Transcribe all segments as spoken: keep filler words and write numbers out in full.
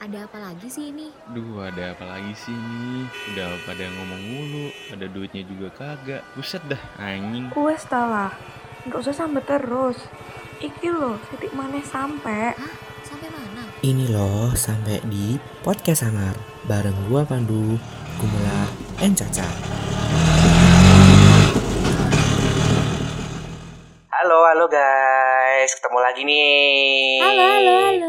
Ada apa lagi sih ini? Duh, ada apa lagi sih ini? Udah pada ngomong mulu, ada duitnya juga kagak. Buset dah, anjing. Wes talah, nggak usah sampai terus. Iki loh, titik maneh sampai. Hah? Sampai mana? Ini loh, sampai di Podcast Sangar. Bareng gua Pandu, Gumelar, and Caca. Halo, halo guys, ketemu lagi nih. Halo, halo, halo.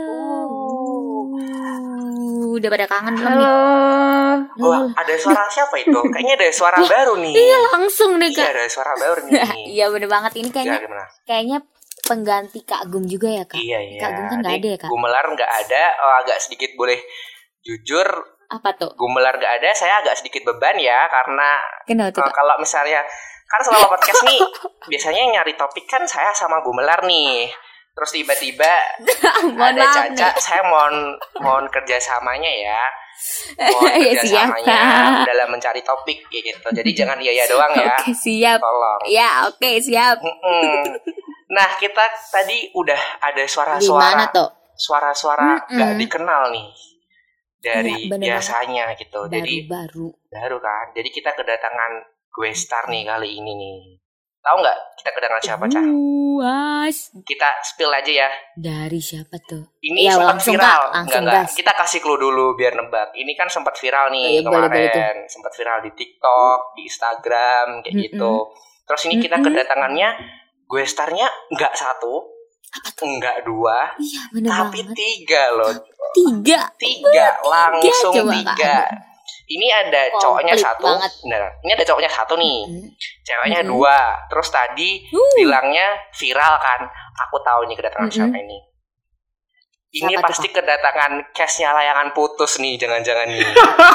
Uh, udah pada kangen belum nih? Halo. Wah, ada suara siapa itu? Kayaknya ada suara baru nih. Iya langsung deh Iya, Kak. ada suara baru nih. Iya bener banget ini Ya, kayaknya gimana? kayaknya pengganti Kak Gum juga ya Kak. Iya, iya. Kak Gum kan nggak Ini ada ya Kak. Gumelar nggak ada, oh, agak sedikit boleh jujur. Apa tuh? Gumelar nggak ada, saya agak sedikit beban ya, karena Kenapa tuh uh, Kak? kalau misalnya kan selama podcast nih biasanya nyari topik kan saya sama Gumelar nih. Terus tiba-tiba Mohon ada maaf Caca, nih. saya mohon mohon kerjasamanya ya. Mohon Ya, siap, kerjasamanya Kak. dalam mencari topik kayak gitu. Jadi jangan iya-iya doang ya. Oke siap. Tolong. Ya oke siap. Mm-mm. Nah, kita tadi udah ada Di mana suara-suara tuh? suara-suara Mm-mm. nggak dikenal nih dari Iya, bener biasanya gitu. Jadi Baru-baru. baru kan. Jadi kita kedatangan gue star nih kali ini nih. Tahu nggak kita kedatangan siapa, Cah? Uas. Kita spill aja ya. Dari siapa tuh? Ini Ya, sempat langsung, viral. Kak. Langsung Enggak, enggak. gas. Kita kasih clue dulu biar nebak. Ini kan sempat viral nih Oh, iya, boleh, boleh tuh. kemarin. Sempat viral di TikTok, di Instagram kayak Mm-mm. gitu. Terus ini kita Mm-mm. kedatangannya gue starnya enggak satu, enggak dua, Iya bener tapi banget. tiga loh. Tiga. Tiga, langsung coba, Kak. tiga. Ini ada Komplit cowoknya satu. banget. Nah, ini ada cowoknya satu nih. Mm. Ceweknya Mm-mm. dua. Terus tadi Uh. bilangnya viral kan. Aku tahu nih kedatangan Mm-mm. siapa ini. Ini Siapa tuh, pasti kedatangan cashnya layangan putus nih, jangan-jangan nih.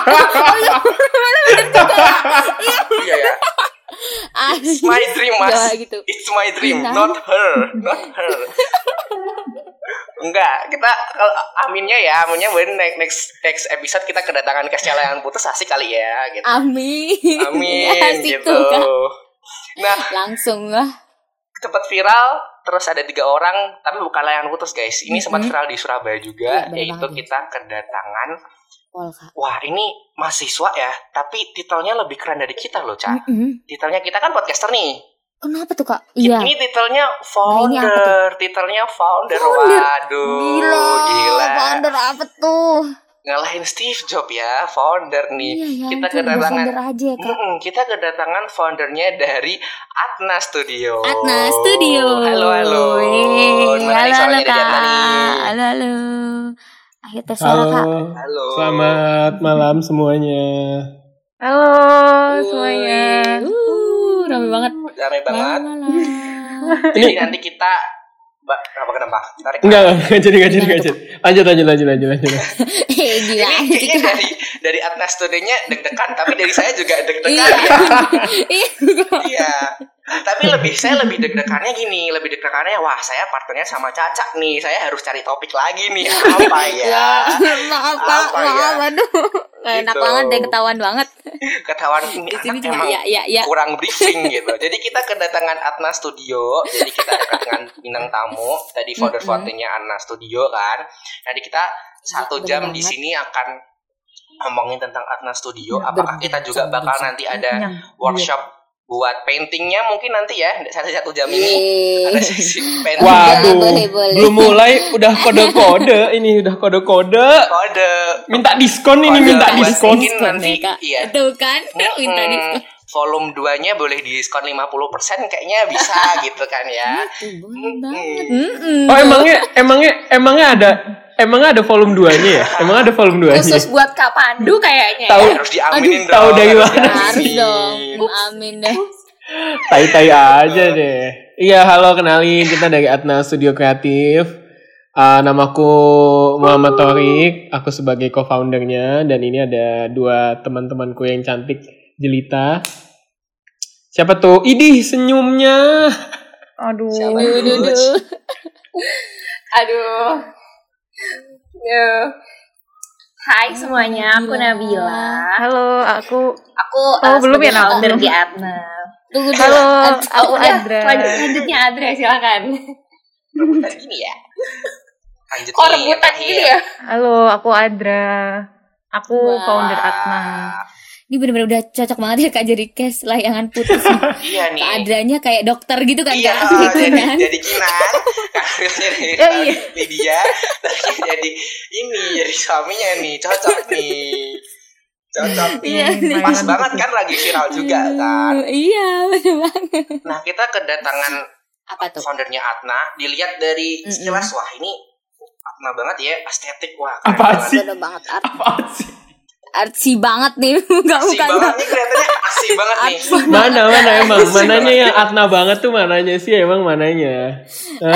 Iya ya. It's my dream, Mas. Ya, gitu. It's my dream, Nah. not her, not her. Enggak, kita kalau aminnya ya, aminnya buat next next next episode kita kedatangan cashnya layangan putus asik kali ya, gitu. Amin. Amin, Asik gitu. tuh, Kak. Nah, Langsung lah. sempat viral, terus ada tiga orang, tapi bukan layangan putus guys. Ini sempat Mm-mm. viral di Surabaya juga, Iya, bener yaitu banget. kita kedatangan. Pol Kak. Wah, ini mahasiswa ya, tapi titelnya lebih keren dari kita loh, Cak. Mm-mm. Titelnya kita kan podcaster nih. Kenapa tuh Kak? Iya. Ini titelnya Nah, ini apa founder, titelnya founder. Founder. Waduh, Gila. gila. Founder apa tuh? Ngalahin Steve Jobs ya, founder nih. Iya ya. kita ampun, udah kedatangan, founder aja ya Kak. Mm-mm, kita kedatangan foundernya dari Atna Studio. Atna Studio. Halo, halo. Wey, Mana nih halo, halo suaranya dari Kak. Atna nih? Halo, halo. Ayo tes suara Kak. Halo, Halo. selamat malam semuanya. Halo semuanya. Uh, rame banget. Rame banget. Malam. Jadi nanti kita Mbak, kenapa kenapa? Tarik. Enggak, enggak jadi, enggak jadi, Gimana enggak jadi. Lanjut, lanjut, lanjut, lanjut, lanjut. Eh, gila Ini sih kayaknya Kak. dari dari Atna Studio-nya deg-degan, tapi dari saya juga deg-degan. Iya. Iya. Iya. Tapi lebih saya lebih deg-degannya gini, lebih deg-degannya wah saya partnernya sama Caca nih, saya harus cari topik lagi nih apa ya? Maaf Kak, Apa ya? maaf aduh. Gak enak Gitu. banget deh ketahuan banget. Ketahuan ini Di sini anak cuma emang ya ya ya. kurang briefing gitu. Jadi kita kedatangan Atna Studio, jadi kita kedatangan bintang tamu tadi founder-foundernya Atna Studio kan. Nanti kita satu bener jam di banget. sini akan ngomongin tentang Atna Studio. Ya, Apakah kita juga berbincang, bakal berbincang. nanti ada Yang workshop buat paintingnya mungkin nanti ya satu satu jam ini Yeay. ada sesi painting. Waduh, boleh, boleh. belum mulai udah kode-kode, ini udah kode-kode. Kode Minta diskon ini, Kode minta buat diskon. mungkin nanti Kak. iya. Tuh kan, minta Mm-mm. diskon. Volume dua-nya boleh diskon lima puluh persen kayaknya bisa gitu kan ya. Itu boleh Mm-mm. banget. Mm-mm. Oh, emangnya emangnya emangnya ada emangnya ada volume dua-nya ya? Emang ada volume dua-nya? khusus buat Kak Pandu kayaknya. Tahu Harus diaminin Aduh, tahu dong. dari harus mana? diaminin. Harus dong. Amin deh. tai-tai aja deh. Iya, halo, kenalin, kita dari Atna Studio Kreatif. Uh, namaku Muhammad Thorik, aku sebagai co-foundernya, dan ini ada dua teman-temanku yang cantik jelita. Siapa tuh? Idih, senyumnya. Aduh. Siapa Duh, duh, itu? duh. Aduh. Duh. Hai semuanya, aku Nabila. Halo, aku aku Oh, belum ya, Nab? founder Belum. di Atna. Tunggu dulu. Halo, Ad- aku udah. Adra. Lanjut, lanjutnya Adra, silakan. Rebutan gini ya. Lanjut Oh, nih, rebutan terakhir. gitu ya? Halo, aku Adra. Aku Wah. founder Atna. Ini benar-benar udah cocok banget ya Kak jadi case layangan putus nih. Iya nih. Kak Adranya kayak dokter gitu kan Iya, Kak? Kayak jadi, Kinan. jadi Kinan, kakaknya jadi Ya, iya. Lydia, terus jadi ini, jadi suaminya nih, cocok nih, cocok nih, Iya, nih. pas banget kan lagi viral juga kan. Iya, benar banget. Nah kita kedatangan Apa tuh? foundernya Atna, dilihat dari Mm-mm. sekilas wah ini Atna banget ya, estetik wah. keren Apa banget. sih? Bener banget art, Apa sih? artsy banget nih. Enggak Asik bukan. banget nih kelihatannya, asik banget nih. Mana mana emang Asik mananya banget. yang Atna banget tuh mananya sih emang mananya? Hah?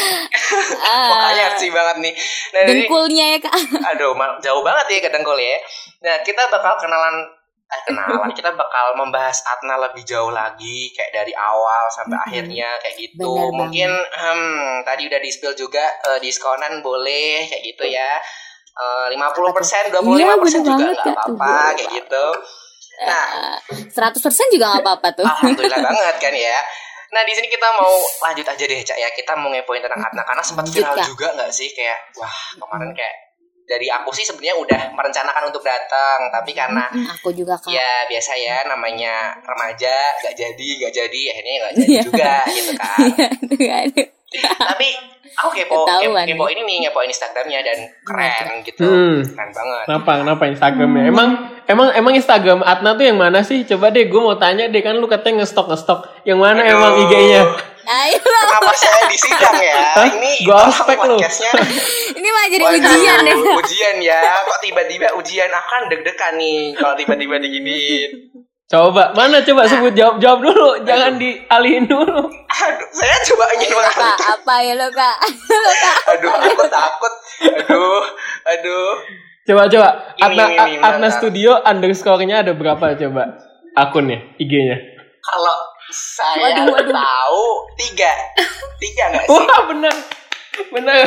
Pokoknya asik banget nih. Nah, ini, Dengkulnya ya Kak. aduh ma- jauh banget ya ke dengkul ya. Nah kita bakal kenalan eh, kenalan kita bakal membahas Atna lebih jauh lagi kayak dari awal sampai Mm-mm. akhirnya kayak gitu. Benar Mungkin hmm, tadi udah di spill juga eh, diskonan boleh kayak gitu ya. Eh, lima puluh persen, dua puluh lima persen Iya, bener juga banget, nggak Kak. apa-apa kayak gitu. Nah, seratus persen juga nggak apa-apa tuh. alhamdulillah banget kan ya. Nah di sini kita mau lanjut aja deh Cak ya, kita mau ngepoin tentang Atna karena sempat Lanjut, viral Kak. juga nggak sih kayak wah kemarin kayak dari aku sih sebenarnya udah merencanakan untuk datang tapi karena Mm, Aku juga Kak. ya biasa ya namanya remaja nggak jadi nggak jadi akhirnya nggak jadi Iya. juga gitu kan. Aduh, aduh. Tapi aku kepo Ketahuan kepo ini nih ngepoin Instagramnya dan keren gitu, Hmm. keren banget. Kenapa kenapa Instagramnya? Emang emang emang Instagram Atna tuh yang mana sih? Coba deh gue mau tanya deh, kan lu katanya ngestok ngestok. Yang mana Aduh. emang I G-nya? Ayo, Kenapa saya di sidang ya? Hah? Ini Gua tolong ospek lu. podcastnya. ini mah jadi Waduh, ujian deh. Ujian ya, kok tiba-tiba ujian? Aku kan deg-degan nih kalau tiba-tiba diginiin. Coba mana coba sebut jawab jawab dulu, jangan dialihin dulu. Aduh, saya coba ingin Kak, mengantuk. apa ya lo Kak? Lo Kak. Aduh, aku takut. Aduh, aduh. Coba coba Ini, Atna ini, ini, Atna bentar. Studio underscore-nya ada berapa coba akunnya I G-nya? Kalau saya Waduh, waduh. tahu tiga, tiga nggak sih? Wah benar benar.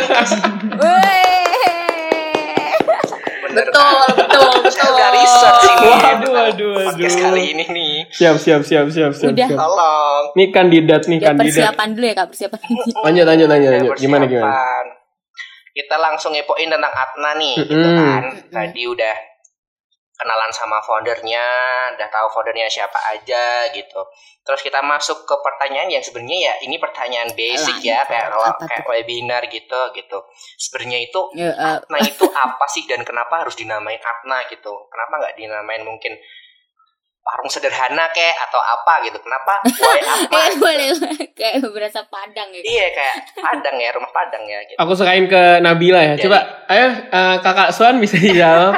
Weh. Bener, Betul, kan? betul, betul. Saya udah research ini. Waduh, tentang waduh, podcast waduh. kali ini nih. Siap siap siap siap siap. Udah. siap. Tolong. Nih kandidat nih Dia kandidat. persiapan dulu ya Kak, persiapan. Lanjut lanjut lanjut Ya, lanjut. Gimana gimana? persiapan. Kita langsung ngepoin tentang Atna nih, gitu Mm-mm. kan. Tadi udah kenalan sama foundernya, udah tahu foundernya siapa aja gitu. Terus kita masuk ke pertanyaan yang sebenarnya ya ini pertanyaan basic ya, kayak Apa kayak tuh? webinar gitu gitu. Sebenarnya itu Ya, eh, Atna itu apa sih dan kenapa harus dinamain Atna gitu? Kenapa nggak dinamain mungkin warung sederhana kayak atau apa gitu? Kenapa why Atna? eh, boleh kayak berasa Padang ya. Kak. Iya kayak Padang ya, rumah Padang ya gitu. Aku serahin ke Nabila ya. Coba ayo eh, Kakak Swan bisa dijawab.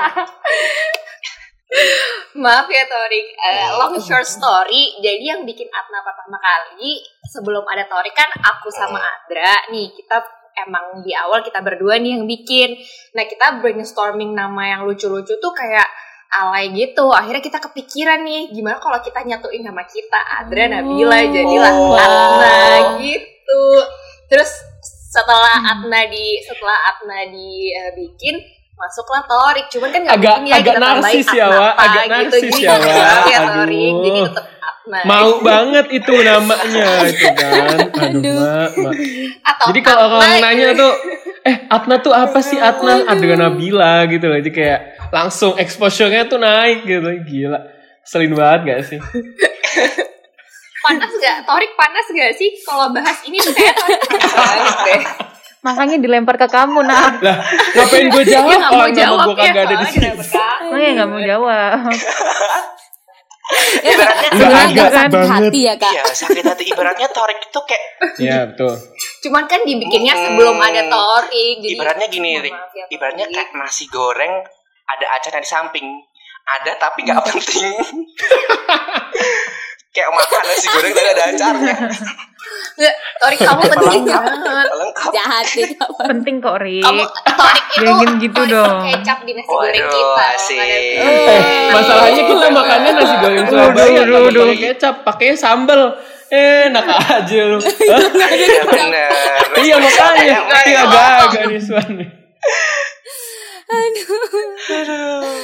Maaf ya Torik, uh, long short story. Jadi yang bikin Atna pertama kali sebelum ada Torik kan aku sama Adra nih, kita emang di awal kita berdua nih yang bikin. Nah kita brainstorming nama yang lucu-lucu tuh kayak alay gitu. Akhirnya kita kepikiran nih, gimana kalau kita nyatuin nama kita Adra Nabila jadilah Oh. Atna gitu. Terus setelah Atna di setelah Atna dibikin masuklah Torik, cuman kan nggak Agak- mungkin ya agak kita tambahin narsis ya, Atna Wak. apa Agak gitu. narsis Jadi ya, Wak. maaf ya Aduh. Torik, jadi tetap Atna. Mau banget itu namanya itu kan. Aduh, Mak, Mak. Atau Jadi kalau Atna orang gitu. nanya tuh, eh Atna tuh apa sih Atna? Adra Nabila gitu loh. Jadi kayak langsung exposure-nya tuh naik gitu. Gila. Selin banget gak sih? panas gak? Torik panas gak sih kalau bahas ini tuh kayak Torik panas deh. Makanya dilempar ke kamu, nah. Lah, ngapain gue jawab? Dia nggak mau Orang nama jawab gue ya, kagak ada di soalnya sini. dapet kamu. Makanya nggak mau jawab. Ibaratnya Nggak Sebenarnya ada agak sakit banget. hati ya Kak. iya sakit hati ibaratnya Torik itu kayak Iya, betul. Cuman kan dibikinnya Hmm. sebelum ada Torik. Jadi ibaratnya gini, mohon Rik. maaf ya, Torik. Ibaratnya kayak nasi goreng ada acarnya di samping. Ada tapi nggak penting. Kayak makan nasi goreng tapi ada acarnya. Nggak, Torik kamu penting Lengkap. banget. Lengkap. Jahat itu. Penting kok, Rik. Kamu Torik itu Jangan gitu Torik dong. kecap di nasi goreng Waduh, kita. asik. Ada- Eh, masalahnya kita makannya nasi goreng Surabaya Aduh, nggak aduh, pakai kecap, pakainya sambel. Eh, enak aja lu. Hah? Iya benar. Iya makanya, Yang iya lain. agak-agak nih Swan.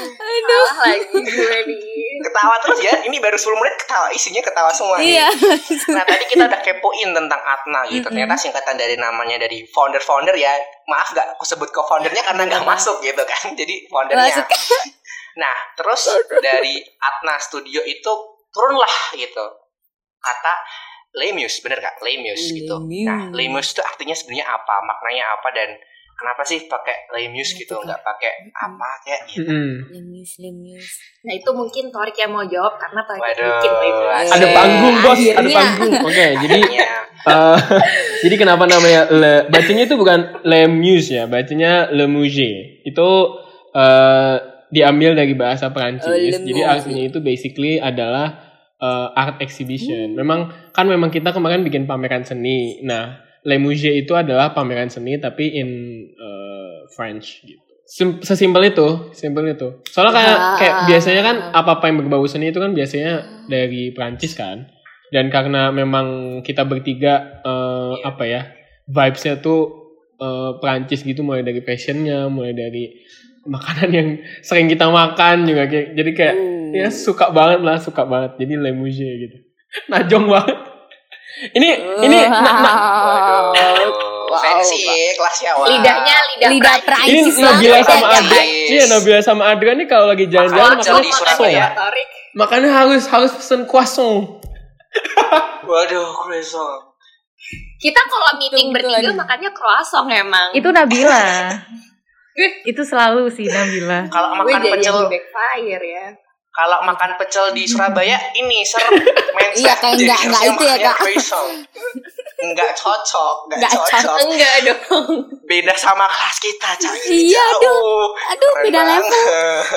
Salah lagi gue nih. Ketawa terus ya. Ini baru sepuluh menit ketawa, isinya ketawa semua nih. Iya. Nah tadi kita udah kepoin tentang Atna gitu. Ternyata singkatan dari namanya dari founder-founder ya. Maaf gak aku sebut co-foundernya karena gak masuk gitu kan. Jadi foundernya. Masuk. Nah terus dari Atna Studio itu turunlah gitu kata Les Muses, bener gak? Les Muses gitu. Nah Les Muses itu artinya sebenarnya apa? Maknanya apa? Dan kenapa sih pakai Les Muses gitu? Nggak pakai apa kayak gitu. Mm. Lemus, lemus. Nah itu mungkin Torik yang mau jawab karena Torik Waduh, bikin itu. asik. Ada panggung bos, ada Akhirnya. panggung. Oke, jadi Iya. eh, jadi kenapa namanya le, bacanya itu bukan Les Muses ya, bacanya Le Musée. Itu eh, diambil dari bahasa Perancis. Oh, Le Jadi Musée. artinya itu basically adalah eh, art exhibition. Memang kan memang kita kemarin bikin pameran seni. Nah, Les Musées itu adalah pameran seni tapi in eh, French gitu. Sim- sesimpel itu, simpel itu. Soalnya kayak Ah. kayak biasanya kan apa-apa yang berbau seni itu kan biasanya dari Prancis kan. Dan karena memang kita bertiga eh, apa ya, vibes-nya tuh eh, Prancis gitu, mulai dari fashionnya, mulai dari makanan yang sering kita makan juga kayak, jadi kayak ya suka banget lah, suka banget. Jadi Les Musées gitu. Najong banget. Ini ini na- na- Waduh, fancy kelasnya wah. Lidahnya lidah, Lidah Prancis. ini Prancis Nabila banget sama ya, Adra. guys. Iya, Nabila sama Adra nih kalau lagi jalan-jalan Kalau makannya di Surabaya. ya, Torik. Makanya harus harus pesen croissant. Waduh, croissant. Kita kalau meeting Betul, bertiga betul. makannya croissant emang. Itu Nabila. Itu selalu sih Nabila. Kalau gue makan jadi pecel, yang backfire ya. kalau makan pecel di Surabaya ini serem mindset. Iya, kayak Jadi enggak- enggak harusnya itu ya, makannya Kak. croissant. Enggak cocok, enggak Enggak cocok. Enggak dong. Beda sama kelas kita, coy. Iya, Jauh. aduh. Aduh, Keren beda banget. level.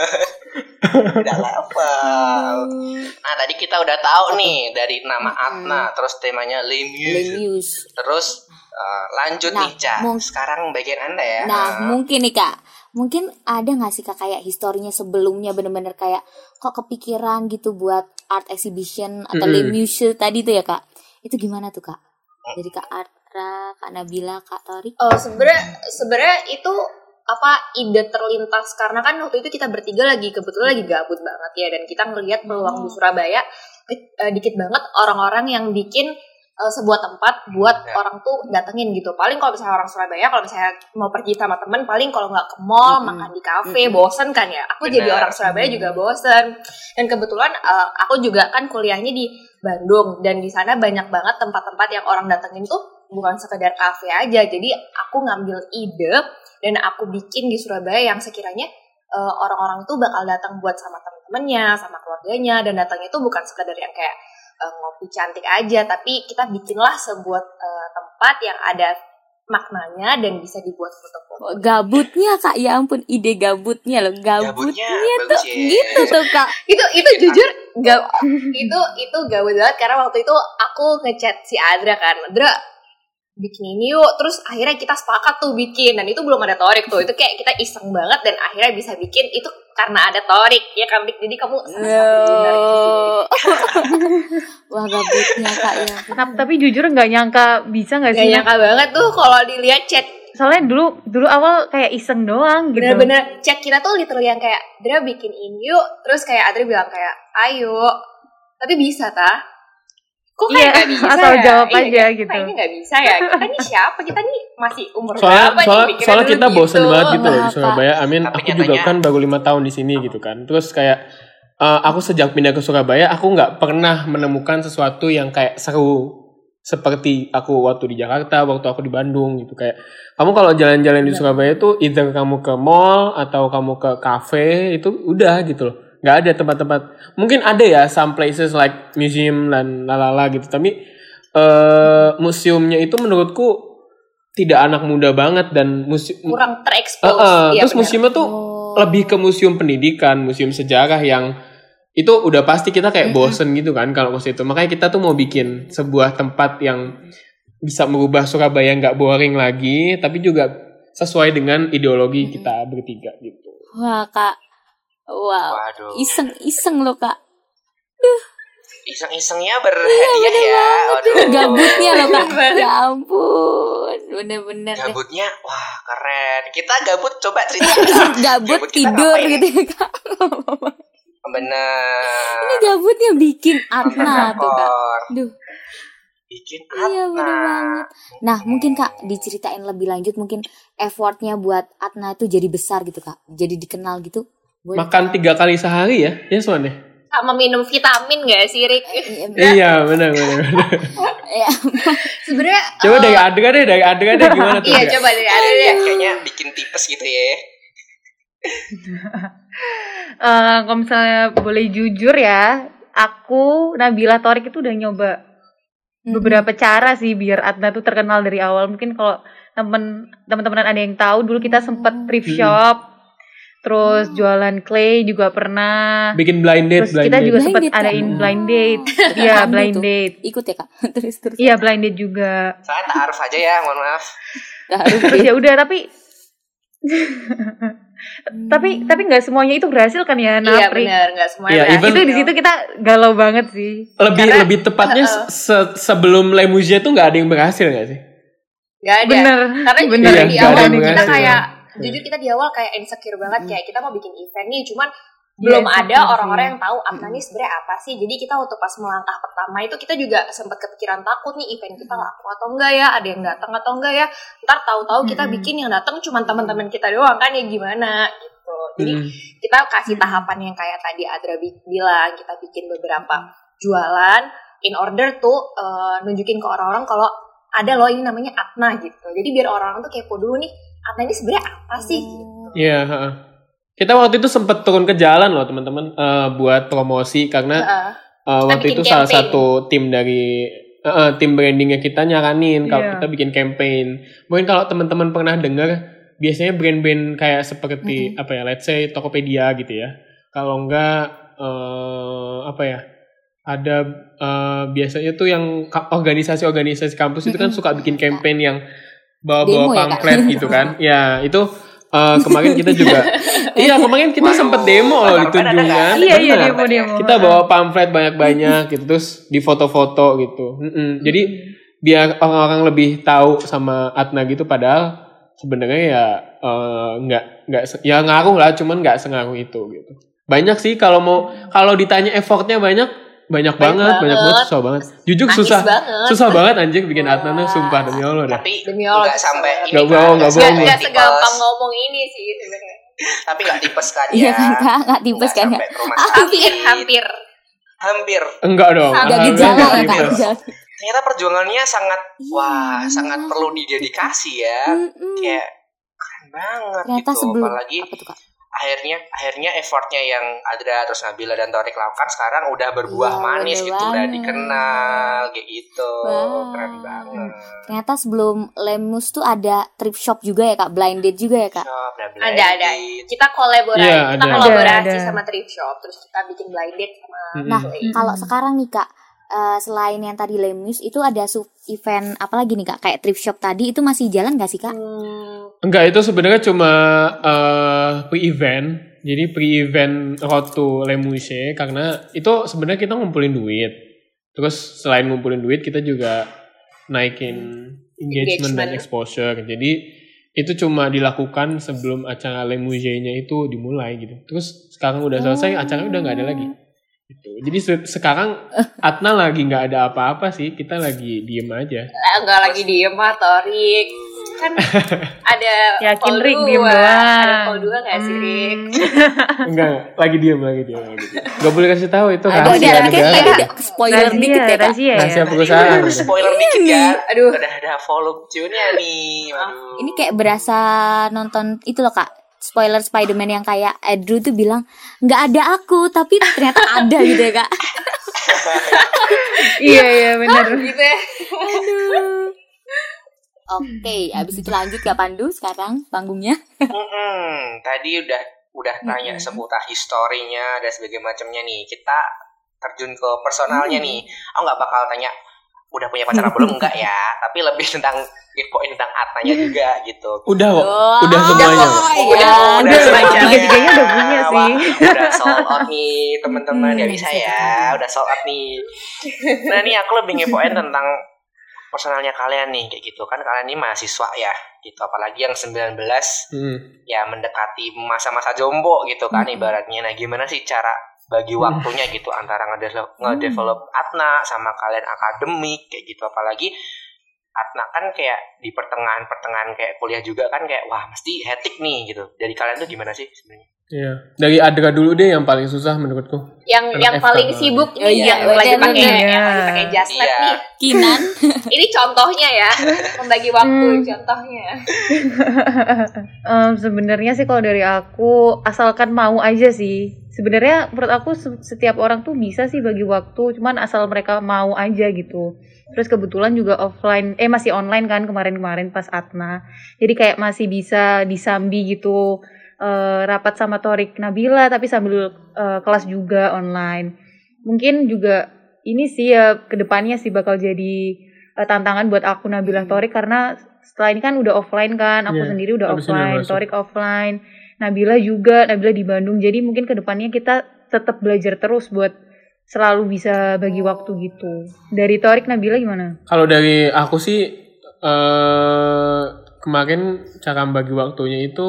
Beda level. Nah, tadi kita udah tahu nih dari nama Atna, terus temanya Les Muses. Lemus. Terus uh, lanjut Nah, nih, Ca. mung- Sekarang bagian Anda ya. Nah, Uh, mungkin nih Kak, mungkin ada nggak sih Kak kayak historinya sebelumnya bener-bener kayak kok kepikiran gitu buat art exhibition atau Mm-mm. Les Muses tadi tuh ya Kak? Itu gimana tuh Kak? Jadi Kak Adra, Kak Nabila, Kak Torik. Oh, sebenarnya sebenarnya itu apa ide terlintas karena kan waktu itu kita bertiga lagi kebetulan lagi gabut banget ya, dan kita ngelihat peluang di Surabaya eh, eh, dikit banget orang-orang yang bikin eh, sebuah tempat buat Ya. orang tuh datengin gitu. Paling kalau misalnya orang Surabaya kalau misalnya mau pergi sama temen paling kalau nggak ke mall, Mm-mm. makan di kafe, Mm-mm. bosen kan ya. Aku jadi Benar. orang Surabaya juga bosen. Dan kebetulan eh, aku juga kan kuliahnya di Bandung, dan di sana banyak banget tempat-tempat yang orang datengin tuh bukan sekedar kafe aja. Jadi aku ngambil ide dan aku bikin di Surabaya yang sekiranya uh, orang-orang tuh bakal datang buat sama temen-temennya, sama keluarganya, dan datangnya tuh bukan sekedar yang kayak uh, ngopi cantik aja, tapi kita bikinlah sebuah uh, tempat yang ada maknanya dan bisa dibuat foto-foto. Gabutnya Kak, ya ampun, ide gabutnya loh. Gabutnya Gabutnya tuh bagus ya. gitu tuh Kak. Itu itu jujur gak itu itu gawat banget karena waktu itu aku ngechat si Adra kan, Adra bikin ini yuk, terus akhirnya kita sepakat tuh bikin, dan itu belum ada Torik tuh, itu kayak kita iseng banget dan akhirnya bisa bikin itu karena ada Torik ya kan, Dik? Jadi kamu salah satu benar di sini. Wah, gabutnya Kak ya. Nah, tapi jujur nggak nyangka bisa nggak Gak sih? nyangka banget tuh kalau dilihat chat, Soalnya dulu dulu awal kayak iseng doang gitu. bener-bener chat kita tuh literally yang kayak Adra bikin ini yuk, terus kayak Adra bilang kayak ayo, tapi bisa tah? Kok kayak Iya, gak bisa asal ya? jawab Iya, aja kayak, gitu. Kayaknya gak bisa ya. Kita nih siapa? Kita nih masih umur Soalnya berapa soalnya, nih? Pikiran soalnya dulu kita gitu. bosen banget gitu loh di Wah, Surabaya. Amin, Tapi aku juga nyatanya- kan baru lima tahun di sini gitu kan. Terus kayak eh, aku sejak pindah ke Surabaya, aku nggak pernah menemukan sesuatu yang kayak seru seperti aku waktu di Jakarta, waktu aku di Bandung gitu. Kayak kamu kalau jalan-jalan di Surabaya tuh either kamu ke mall atau kamu ke cafe, itu udah gitu loh. Nggak ada tempat-tempat, mungkin ada ya some places like museum dan lalala gitu, tapi eh, museumnya itu menurutku tidak anak muda banget, dan museum Kurang terekspos. Uh, uh, Iya, terus benar. museumnya tuh Oh. lebih ke museum pendidikan, museum sejarah yang itu udah pasti kita kayak bosen gitu kan kalau ke situ. Makanya kita tuh mau bikin sebuah tempat yang bisa merubah Surabaya nggak boring lagi, tapi juga sesuai dengan ideologi kita bertiga gitu. Wah Kak, wow, Waduh. iseng iseng loh Kak. iseng-isengnya berhadiah ya. Aduh. Gabutnya loh Kak. Ya ampun, bener-bener deh. Gabutnya, wah keren. Kita gabut coba cerita. Gabut Gabut kita tidur ngapain? gitu ya Kak. Bener. Ini gabutnya bikin Atna tuh Kak. Drakor. Duh, Bikin iya Atna. bener banget. Nah mungkin Kak diceritain lebih lanjut, mungkin effortnya buat Atna itu jadi besar gitu Kak, jadi dikenal gitu. Boleh. Makan tiga kali sehari ya, ya Swan ya? Sama minum vitamin gak sih Rick? Iya, Iya, benar benar. benar. ya. Sebenarnya Coba eh, dari Adra deh, dari Adra deh gimana tuh? iya Adra? coba dari ada deh. Kayaknya bikin tipes gitu ya. Eh, kalau misalnya boleh jujur ya, aku Nabila Thorik itu udah nyoba beberapa cara sih biar Atna tuh terkenal dari awal. Mungkin kalau temen teman-teman ada yang tahu, dulu kita sempet thrift Hmm. shop, terus jualan clay juga pernah. Bikin blind date, Terus blind kita date. juga Blind sempet date, Kak? adain blind date. Iya, Pandu blind tuh. date. Ikut ya Kak. terus terus. Iya, blind date juga. Saya taaruf aja ya, mohon maaf. Harus Terus ya udah tapi tapi tapi nggak semuanya itu berhasil kan ya, Iya Napri. benar, nggak semuanya Iya, berhasil. even- Itu di situ kita galau banget sih. Lebih Karena- lebih tepatnya se- sebelum Le Musée tuh nggak ada yang berhasil nggak sih? Nggak ada. Bener. Karena Bener. jujur Iya, di nggak awal ada yang kita berhasil. kayak Hmm. jujur kita di awal kayak insecure banget kayak kita mau bikin event nih, cuman Iya, belum ada insecure orang-orang sih. yang tahu Atna ini sebenarnya apa sih. Jadi kita waktu pas melangkah pertama itu kita juga sempat kepikiran takut nih event kita laku atau enggak ya, ada yang datang atau enggak ya. Ntar tahu-tahu kita Mm-mm. bikin yang datang cuma teman-teman kita doang kan, ya gimana gitu. Jadi Hmm. kita kasih tahapan yang kayak tadi Adra bi- bilang, kita bikin beberapa jualan in order tuh uh, nunjukin ke orang-orang kalau ada loh ini namanya Atna gitu. Jadi biar orang-orang tuh kepo dulu nih, Atna ini sebenarnya apa sih? Iya, heeh. Kita waktu itu sempet turun ke jalan loh teman-teman eh, buat promosi karena Heeh. eh, Kita waktu bikin itu salah campaign. satu tim dari eh, eh, tim brandingnya kita nyaranin kalau Iya. kita bikin campaign. Mungkin kalau teman-teman pernah dengar biasanya brand-brand kayak seperti apa ya, let's say Tokopedia gitu ya. Kalau enggak eh, apa ya? Ada eh, biasanya tuh yang ka- organisasi-organisasi kampus itu kan suka bikin campaign yang bawa-bawa Demo ya, Kak? pamflet gitu kan. Ya, itu eh, kemarin kita juga iya, kemarin kita sempat demo loh di Pamflet ada Tunjungan. nggak? Iya, iya, Benar. demo-demo. Kita bawa pamflet banyak-banyak gitu, terus di foto-foto gitu. Mm-mm. Jadi biar orang-orang lebih tahu sama Atna gitu, padahal sebenarnya ya eh, nggak nggak se- ya ngaruh lah, cuman nggak sengaruh itu gitu. Banyak sih kalau mau kalau ditanya effortnya banyak banyak, Banyak banget, banyak banget, banget. susah banget. Jujur Nangis susah, banget. susah banget anjing bikin Wah. Atna tuh, sumpah demi Allah dah. Tapi Demi Allah, nggak sampai ini Nggak kan, bohong, nggak Gak, bohong. gak tipes. segampang ngomong ini sih sebenarnya. Tapi nggak tipes kan Iya ya. kan Kak, nggak tipes Nggak kan ya. sampai ke rumah Hampir, sakit. hampir. Hampir. Enggak dong. Ada Nggak gejala ya Alhamdulillah. Kak. gejala. Ternyata perjuangannya sangat Iya, wah, benar. sangat perlu didedikasi ya. Mm-mm. Kayak keren banget Ternyata gitu. sebelum Apalagi apa tuh Kak? akhirnya akhirnya effortnya yang Adra terus Nabila dan Thorik lakukan sekarang udah berbuah Iya, manis bener gitu, udah banget. dikenal kayak gitu. Wah. Keren banget. Ternyata sebelum Lemus tuh ada thrift shop juga ya Kak, blind date juga ya Kak. Shop, dan Ada, ada. blended. Kita kolaborasi, Iya, kita ada. kolaborasi Ada, ada. sama thrift shop, terus kita bikin blind date sama Mm-mm. Nah, Clay. kalau sekarang nih Kak, eh, selain yang tadi Lemus itu ada sub event apa lagi nih Kak? Kayak thrift shop tadi itu masih jalan gak sih Kak? Hmm, Enggak, itu sebenarnya cuma eh, pre-event. Jadi pre-event Road to Le Musée, karena itu sebenarnya kita ngumpulin duit. Terus selain ngumpulin duit, kita juga naikin engagement, dan Engagement. exposure. Jadi itu cuma dilakukan sebelum acara Le Musée-nya itu dimulai gitu. Terus sekarang udah selesai, acaranya udah nggak ada lagi. Gitu. Jadi se- sekarang Atna lagi nggak ada apa-apa sih, kita lagi diem aja. enggak lagi diem ah, Thorik. Kan ada Yakin, call Rick, dua. diem doang. Ada call dua gak sih, Rick? Enggak, lagi diem, lagi diem, lagi diem. Gak boleh kasih tahu itu Ada rahasia ada negara. kayak tadi ada spoiler Rahasia, dikit ya Kak. rahasia ya. Rahasia Tadi perusahaan. udah spoiler dikit kan. Aduh. Udah ada volume tune-nya nih. Waduh. Ini kayak berasa nonton itu loh Kak, spoiler Spider-Man yang kayak Andrew tuh bilang nggak ada aku tapi ternyata ada gitu ya Kak. Iya, iya benar. Gitu ya. Aduh. Oke, abis itu lanjut Kak Pandu sekarang panggungnya. Mm-mm. Tadi udah udah tanya Mm-mm. seputar historinya dan sebagainya macamnya nih. Kita terjun ke personalnya nih. Aku nggak bakal tanya udah punya pacar belum enggak ya, tapi lebih tentang ngepoin tentang Atnanya juga gitu. Udah kok, Oh, udah semuanya. oh, Oh, iya. udah, Udah, semuanya. tiga-tiganya udah punya sih. Wah, udah sold out nih teman-teman, ya Hmm, bisa bisa ya, udah sold out nih. Nah nih aku lebih ngepoin tentang personalnya kalian nih kayak gitu kan, kalian ini mahasiswa ya gitu, apalagi yang sembilan belas Hmm. ya mendekati masa-masa jombo gitu kan Hmm. ibaratnya. Nah gimana sih cara bagi waktunya gitu antara ngedevelop, ngedevelop Atna sama kalian akademik kayak gitu, apalagi Atna kan kayak di pertengahan-pertengahan kayak kuliah juga kan, kayak wah mesti hectic nih gitu. Dari kalian tuh gimana sih sebenarnya? Iya. Dari Adra dulu deh yang paling susah menurutku. Yang Anak yang F K paling banget. sibuk Oh, nih iya, yang lagi bener, pakai bener. yang lagi pakai just lab Iya. nih. Kinan. Ini contohnya ya, membagi waktu Hmm. contohnya. Em, sebenarnya sih kalau dari aku asalkan mau aja sih. Sebenarnya menurut aku se- setiap orang tuh bisa sih bagi waktu, cuman asal mereka mau aja gitu. Terus kebetulan juga offline, eh masih online kan kemarin-kemarin pas Atna. Jadi kayak masih bisa disambi gitu, eh, rapat sama Torik Nabila tapi sambil eh, kelas juga online. Mungkin juga ini sih ya kedepannya sih bakal jadi eh, tantangan buat aku Nabila Torik, karena setelah ini kan udah offline kan, aku Iya, sendiri udah abis ini udah offline, masuk. Torik offline, Nabila juga, Nabila di Bandung. Jadi mungkin kedepannya kita tetap belajar terus buat selalu bisa bagi waktu gitu. Dari Torik Nabila gimana? Kalau dari aku sih eh kemarin cara bagi waktunya itu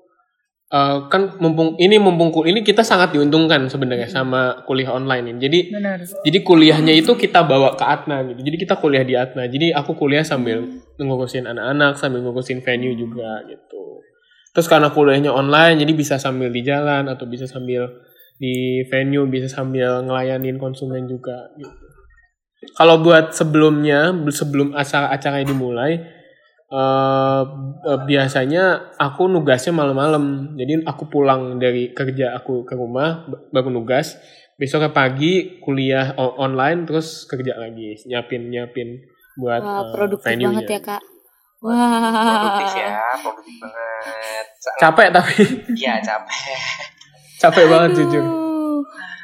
eh, kan mumpung ini mumpung kul- ini kita sangat diuntungkan sebenarnya sama kuliah online ini. Jadi Benar. jadi kuliahnya itu kita bawa ke Atna gitu. Jadi kita kuliah di Atna. Jadi aku kuliah sambil ngurusin anak-anak, sambil ngurusin venue juga gitu. Terus karena kuliahnya online, jadi bisa sambil di jalan atau bisa sambil di venue, bisa sambil ngelayanin konsumen juga gitu. Kalau buat sebelumnya, sebelum acara-acaranya dimulai, eh, eh, biasanya aku nugasnya malam-malam. Jadi aku pulang dari kerja aku ke rumah, b- baru nugas. Besoknya pagi kuliah o- online, terus kerja lagi, nyiapin-nyiapin buat Wah, eh, produktif venue-nya. banget ya, Kak. Produktif Wah. ya, produktif banget. Sangat- Capek tapi, Iya capek. capek banget jujur. Aduh.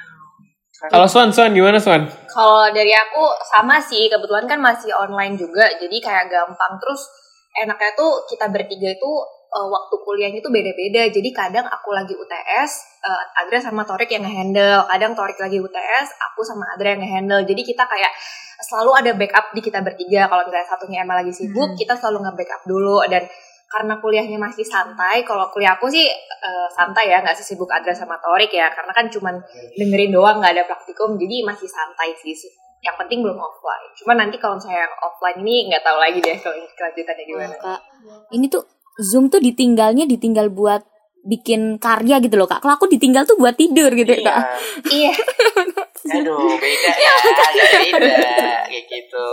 Kalau Swan, Swan gimana Swan? Kalau dari aku sama sih, kebetulan kan masih online juga, jadi kayak gampang. Terus enaknya tuh kita bertiga itu uh, waktu kuliahnya tuh beda-beda. Jadi kadang aku lagi U T S, uh, Adra sama Torik yang nge-handle. Kadang Torik lagi U T S, aku sama Adra yang nge-handle. Jadi kita kayak selalu ada backup di kita bertiga. Kalau misalnya satunya emang lagi sibuk, Hmm. kita selalu nge-backup dulu. Dan karena kuliahnya masih santai, kalau kuliah aku sih uh, santai ya, nggak sesibuk Adra sama Torik ya, karena kan cuman dengerin doang, nggak ada praktikum, jadi masih santai sih. Yang penting belum offline. Cuma nanti kalau saya offline ini nggak tahu lagi deh kalau kelanjutannya gimana. Wah, Kak. Ini tuh Zoom tuh ditinggalnya ditinggal buat bikin karya gitu loh, Kak. Kalau aku ditinggal tuh buat tidur gitu ya, Kak. Iya. Iya. Aduh, beda ya, agak beda kayak gitu.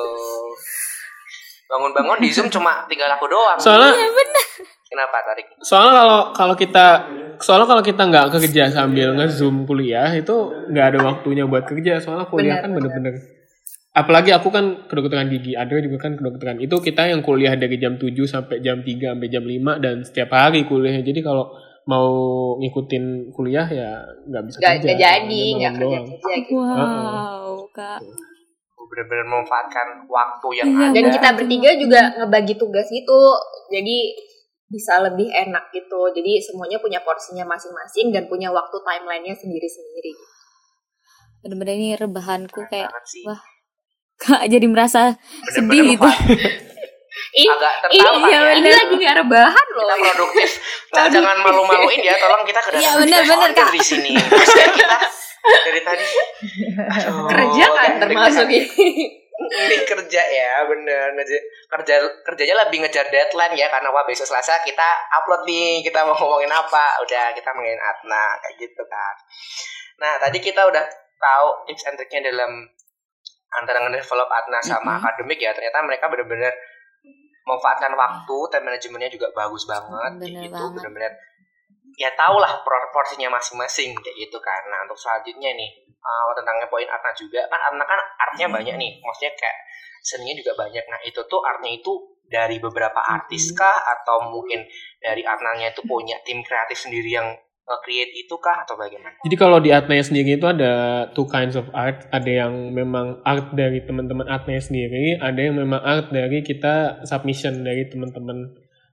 Bangun-bangun di Zoom cuma tinggal aku doang. Soalnya Kenapa Tarik? Soalnya kalau kalau kita soalnya kalau kita nggak kerja sambil nge-zoom kuliah itu nggak ada waktunya buat kerja. Soalnya kuliah Benar, kan bener-bener. Apalagi aku kan kedokteran gigi, Adra juga kan kedokteran. Itu kita yang kuliah dari jam tujuh sampai jam tiga sampai jam lima dan setiap hari kuliahnya. Jadi kalau mau ngikutin kuliah ya nggak bisa Nggak kerja. nggak jadi, Hanya nggak malam kerja doang. kerja gitu. Wow, Kak. Bener-bener memanfaatkan waktu yang Iya, ada. Dan kita bertiga juga ngebagi tugas gitu, jadi bisa lebih enak gitu. Jadi semuanya punya porsinya masing-masing dan punya waktu timelinenya sendiri-sendiri. Bener-bener ini rebahanku kayak banget sih. wah, Kak jadi merasa Bener-bener sedih gitu. memanfaatkan. Ini, Agak ini, tertampar ya. ini lagi gak rebahan loh. Kita produktif. Jangan, jangan malu-maluin ya, tolong kita kedatangan Iya, bener-bener, founder Kak. di sini. Terus kayak kita dari tadi aduh, Kerja kan kayak termasuk deg-degan. ini. Ini kerja ya, bener. Ngeja- Kerja kerjanya lebih ngejar deadline ya, karena wah besok Selasa kita upload nih, kita mau ngomongin apa? Udah kita ngomongin Atna kayak gitu kan. Nah tadi kita udah tahu tips and triknya dalam antara nge-develop Atna sama Mhm. akademik ya. Ternyata mereka bener-bener memanfaatkan waktu, time manajemennya juga bagus banget kayak Bener gitu, banget. bener-bener ya tau lah proporsinya masing-masing kayak gitu kan. Nah untuk selanjutnya nih uh, tentang poin Atna juga kan, Atna kan artnya banyak nih, maksudnya kayak seninya juga banyak. Nah itu tuh artnya itu dari beberapa artis kah, atau mungkin dari Atnanya itu punya tim kreatif sendiri yang create itu kah atau bagaimana? Jadi kalau di Atnaya sendiri itu ada two kinds of art. Ada yang memang art dari teman-teman Atnaya sendiri, ada yang memang art dari kita submission dari teman-teman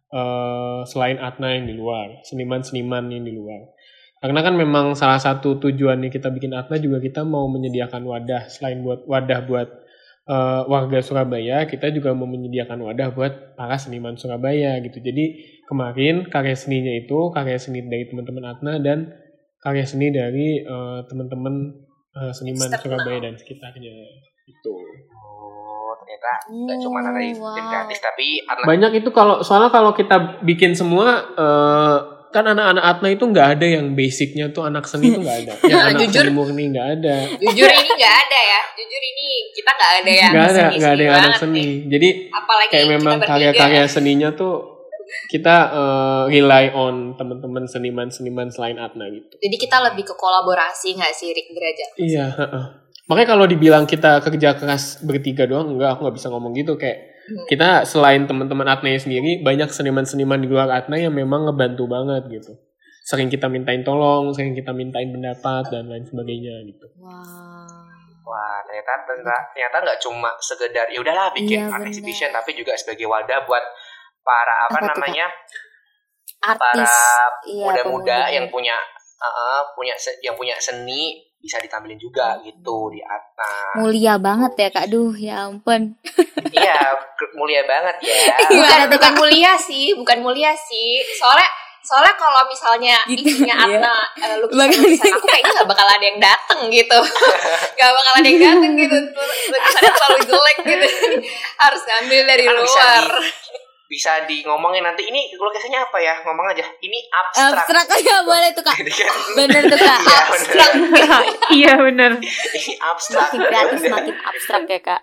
uh, selain Atna yang di luar, seniman-seniman yang di luar. Karena kan memang salah satu tujuannya kita bikin Atna juga kita mau menyediakan wadah. Selain buat wadah buat uh, warga Surabaya, kita juga mau menyediakan wadah buat para seniman Surabaya gitu. Jadi kemarin karya seninya itu karya seni dari teman-teman Atna dan karya seni dari uh, teman-teman uh, seniman External. Surabaya dan sekitarnya itu. Oh, ternyata nggak cuma Oh, dari wow. tim gratis tapi Atna Banyak itu kalau soalnya kalau kita bikin semua uh, kan anak-anak Atna itu nggak ada yang basicnya tuh anak seni itu nggak ada. Yang anak Jujur. seni murni nggak ada. Jujur ini nggak ada ya. Jujur ini kita nggak ada yang Nggak ada, seni-seni nggak ada yang anak banget seni. nih. Jadi Apalagi kayak kita memang bertiga. karya-karya seninya tuh kita uh, rely on teman-teman seniman-seniman selain Atna gitu. Jadi kita lebih ke kolaborasi nggak sih, Rick Derajat? Iya, heeh. Makanya kalau dibilang kita kerja keras bertiga doang, enggak, aku nggak bisa ngomong gitu. Kayak Hmm. kita selain teman-teman Atna sendiri, banyak seniman-seniman di luar Atna yang memang ngebantu banget gitu. Sering kita mintain tolong, sering kita mintain pendapat dan lain sebagainya gitu. Wow. Wah, ternyata ternyata ternyata nggak cuma sekedar ya udahlah bikin Iya, art benar. exhibition, tapi juga sebagai wadah buat para apa, Apa tuh, namanya Artis. para Iya, muda-muda pemuda. yang punya uh, punya se- yang punya seni bisa ditampilin juga gitu di Atna. Mulia banget ya Kak. Duh, ya ampun. Iya, ke- mulia banget ya. Bukan bukan mulia sih, bukan mulia sih. Soalnya soalnya kalau misalnya Gitu, isinya iya. Atna eh, Bakal- lukisan-lukisan aku kayaknya nggak bakal ada yang dateng gitu. Nggak bakal ada yang dateng gitu. Terus lukisannya terlalu jelek gitu. Harus ngambil dari Kan bisa luar. di- bisa di ngomongin nanti ini lukisannya apa ya, ngomong aja ini abstrak. Abstrak aja boleh tuh Kak. Gitu kan. Bener tuh Kak. Iya, Abstrak. Iya bener. Ini abstrak. Semakin kreatif semakin abstrak ya Kak.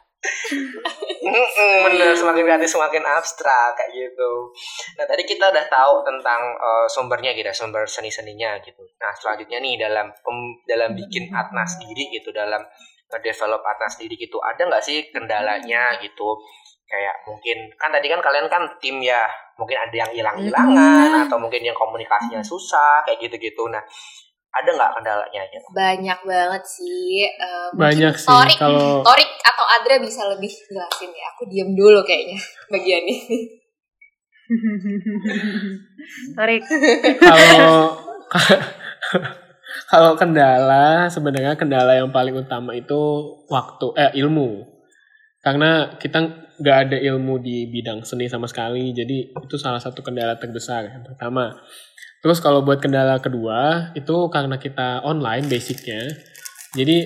Mm-mm, bener, semakin kreatif semakin abstrak kayak gitu. Nah tadi kita udah tahu tentang uh, sumbernya gitu, sumber seni-seninya gitu. Nah selanjutnya nih dalam pem- dalam bikin Atna sendiri gitu, dalam uh, develop Atna sendiri gitu, ada nggak sih kendalanya gitu? Kayak mungkin kan tadi kan kalian kan tim ya, mungkin ada yang hilang-hilangan atau mungkin yang komunikasinya susah kayak gitu-gitu. Nah ada nggak kendalanya gitu? Banyak banget sih. Eh, mungkin Banyak sih Torik, kalau Torik atau Adra bisa lebih jelasin ya. Aku diem dulu kayaknya bagian ini. Tarik. kalau kalau kendala sebenarnya kendala yang paling utama itu waktu eh ilmu. Karena kita nggak ada ilmu di bidang seni sama sekali, jadi itu salah satu kendala terbesar yang pertama. Terus kalau buat kendala kedua itu karena kita online basicnya, jadi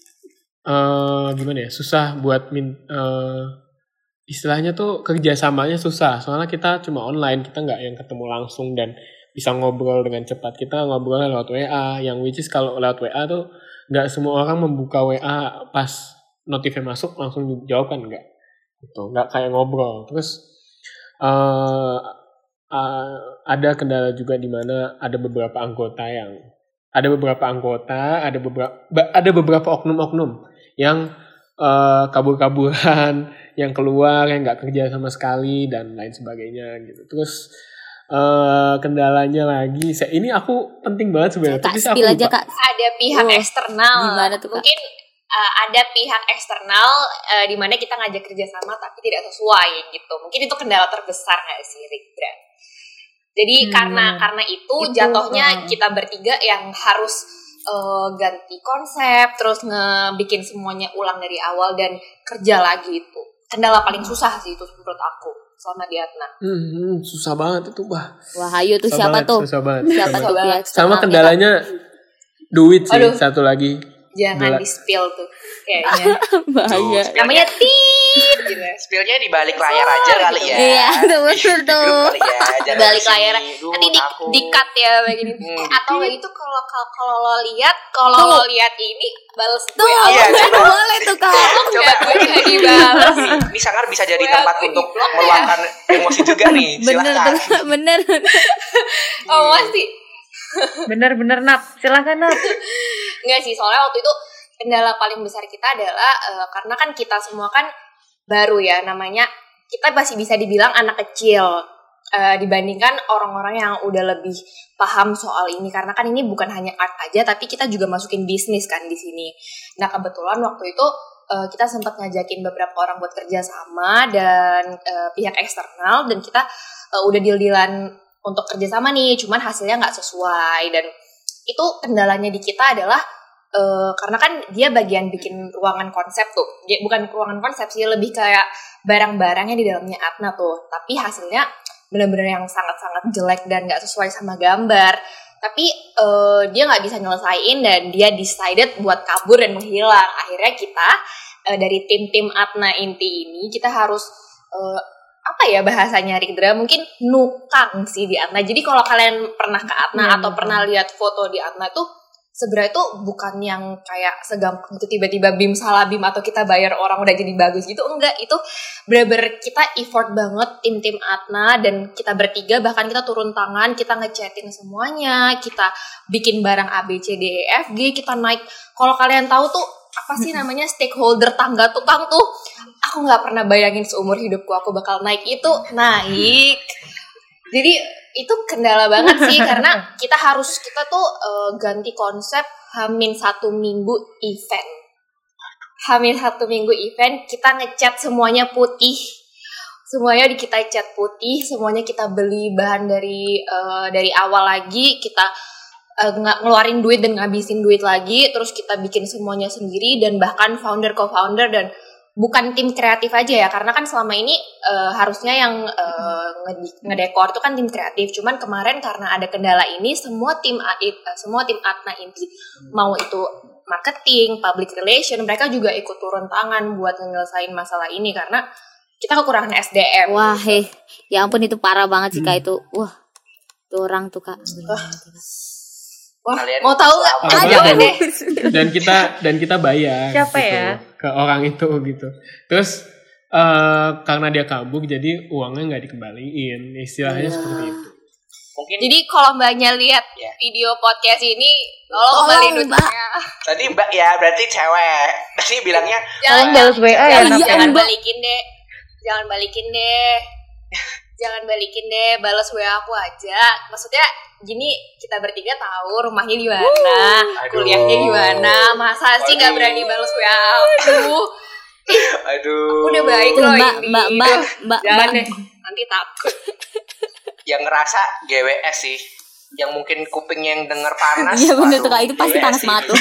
eh, gimana ya, susah buat min, eh, istilahnya tuh kerjasamanya susah, soalnya kita cuma online, kita nggak yang ketemu langsung dan bisa ngobrol dengan cepat. Kita ngobrol lewat W A, yang which is kalau lewat W A tuh nggak semua orang membuka W A pas notifnya masuk langsung jawab kan, nggak gitu, nggak kayak ngobrol. Terus uh, uh, ada kendala juga di mana ada beberapa anggota yang ada beberapa anggota ada beberapa ada beberapa oknum-oknum yang uh, kabur-kaburan, yang keluar, yang nggak kerja sama sekali dan lain sebagainya gitu. Terus uh, kendalanya lagi, saya ini aku penting banget sebenarnya, Kak, tapi saya spill aku aja lupa. Kak. Ada pihak Oh, eksternal. gimana tuh, Kak? Mungkin uh, ada pihak eksternal uh, di mana kita ngajak kerjasama tapi tidak sesuai gitu. Mungkin itu kendala terbesar nggak sih, Rikdra? Jadi Hmm. karena karena itu, Itu, jatuhnya uh. kita bertiga yang harus uh, ganti konsep, terus ngebikin semuanya ulang dari awal dan kerja lagi itu. Kendala paling susah sih itu menurut aku selama di Atna. Hmm, susah banget itu, bah. Wah, ayo tuh Susah siapa banget, tuh? susah banget. Siapa susah tuh banget. pihak Sama eksternalnya, kendalanya duit sih, Aduh. satu lagi. Jangan Gila. di-spill tuh kayaknya. Kak? Bahaya. Tuh, Namanya tit gitu. Spillnya di balik layar aja kali ya. Iya, betul Di betul grup tuh. kali ya, jangan Balik di sini. layar. Duh, Nanti di, takut. di cut ya begini. Hmm, Eh, atau di- begitu kalau kalau kalau lo lihat, kalau Tuh. lo lihat ini balas Tuh, gue. Iya, Iya, coba. boleh tuh Kak. Coba gue nggak dibalas. Ini, ini sangat bisa jadi Gue tempat aku untuk diblok ya. meluapkan emosi juga nih. Bener Silakan. tuh, bener. Oh masih Bener-bener Nap. Silahkan Nap. nggak sih, soalnya waktu itu kendala paling besar kita adalah eh, karena kan kita semua kan baru ya, namanya kita masih bisa dibilang anak kecil. uh, dibandingkan orang-orang yang udah lebih paham soal ini, karena kan ini bukan hanya art aja tapi kita juga masukin bisnis kan di sini. Nah kebetulan waktu itu uh, kita sempat ngajakin beberapa orang buat kerja sama dan uh, pihak eksternal, dan kita uh, udah deal-dealan untuk kerjasama nih, cuman hasilnya nggak sesuai. Dan itu kendalanya di kita adalah Uh, karena kan dia bagian bikin ruangan konsep tuh, dia, bukan ruangan konsep sih, lebih kayak barang-barangnya di dalamnya Atna tuh, tapi hasilnya benar-benar yang sangat-sangat jelek dan nggak sesuai sama gambar. Tapi uh, dia nggak bisa nyelesain dan dia decided buat kabur dan menghilang. Akhirnya kita uh, dari tim-tim Atna Inti ini kita harus uh, apa ya bahasanya Ridra, mungkin nukang sih di Atna. Jadi kalau kalian pernah ke Atna hmm. atau pernah lihat foto di Atna tuh sebenarnya itu bukan yang kayak segampang itu tiba-tiba bim salah bim atau kita bayar orang udah jadi bagus gitu, enggak. Itu bener-bener kita effort banget tim-tim Atna, dan kita bertiga bahkan kita turun tangan, kita ngechatin semuanya, kita bikin barang A B C D E F G, kita naik. Kalau kalian tahu tuh apa sih namanya stakeholder tangga tukang tuh, aku nggak pernah bayangin seumur hidupku aku bakal naik itu, naik. Jadi itu kendala banget sih karena kita harus kita tuh uh, ganti konsep hamin satu minggu event. Hamin satu minggu event kita ngecat semuanya putih. Semuanya di kita cat putih, semuanya kita beli bahan dari uh, dari awal lagi, kita uh, ngeluarin duit dan ngabisin duit lagi, terus kita bikin semuanya sendiri, dan bahkan founder co-founder dan bukan tim kreatif aja ya, karena kan selama ini uh, harusnya yang uh, ngedekor itu kan tim kreatif. Cuman kemarin karena ada kendala ini, semua tim uh, semua tim Atna Inti, mau itu marketing, public relation, mereka juga ikut turun tangan buat nyelesain masalah ini karena kita kekurangan S D M. Wah, heh, ya ampun itu parah banget sih hmm. Kak itu. Wah, itu orang tuh Kak. Wah, Wah mau tahu nggak? Aja deh. Dan kita dan kita bayar. Siapa gitu, ya? Ke orang itu gitu. Terus uh, karena dia kabur, jadi uangnya nggak dikembaliin. Istilahnya yeah. seperti itu. Mungkin. Jadi kalau mbaknya lihat yeah. video podcast ini, tolong kembaliin duitnya. Tadi mbak ya berarti cewek. Tadi bilangnya. Jangan balas W A ya. Jangan balikin deh. Jangan balikin deh. Jangan balikin deh, balas W A aku aja. Maksudnya gini, kita bertiga tahu rumahnya di mana, uh, kuliahnya di mana. Masa sih nggak berani balas W A aku? Aduh. Aku udah baik loh mbak, ini. Mbak, mbak, mbak, Jangan mbak. deh, nanti takut. Yang ngerasa G W S sih, yang mungkin kupingnya yang denger panas. Iya bener tuh Kak, itu pasti G W S panas sih. banget tuh.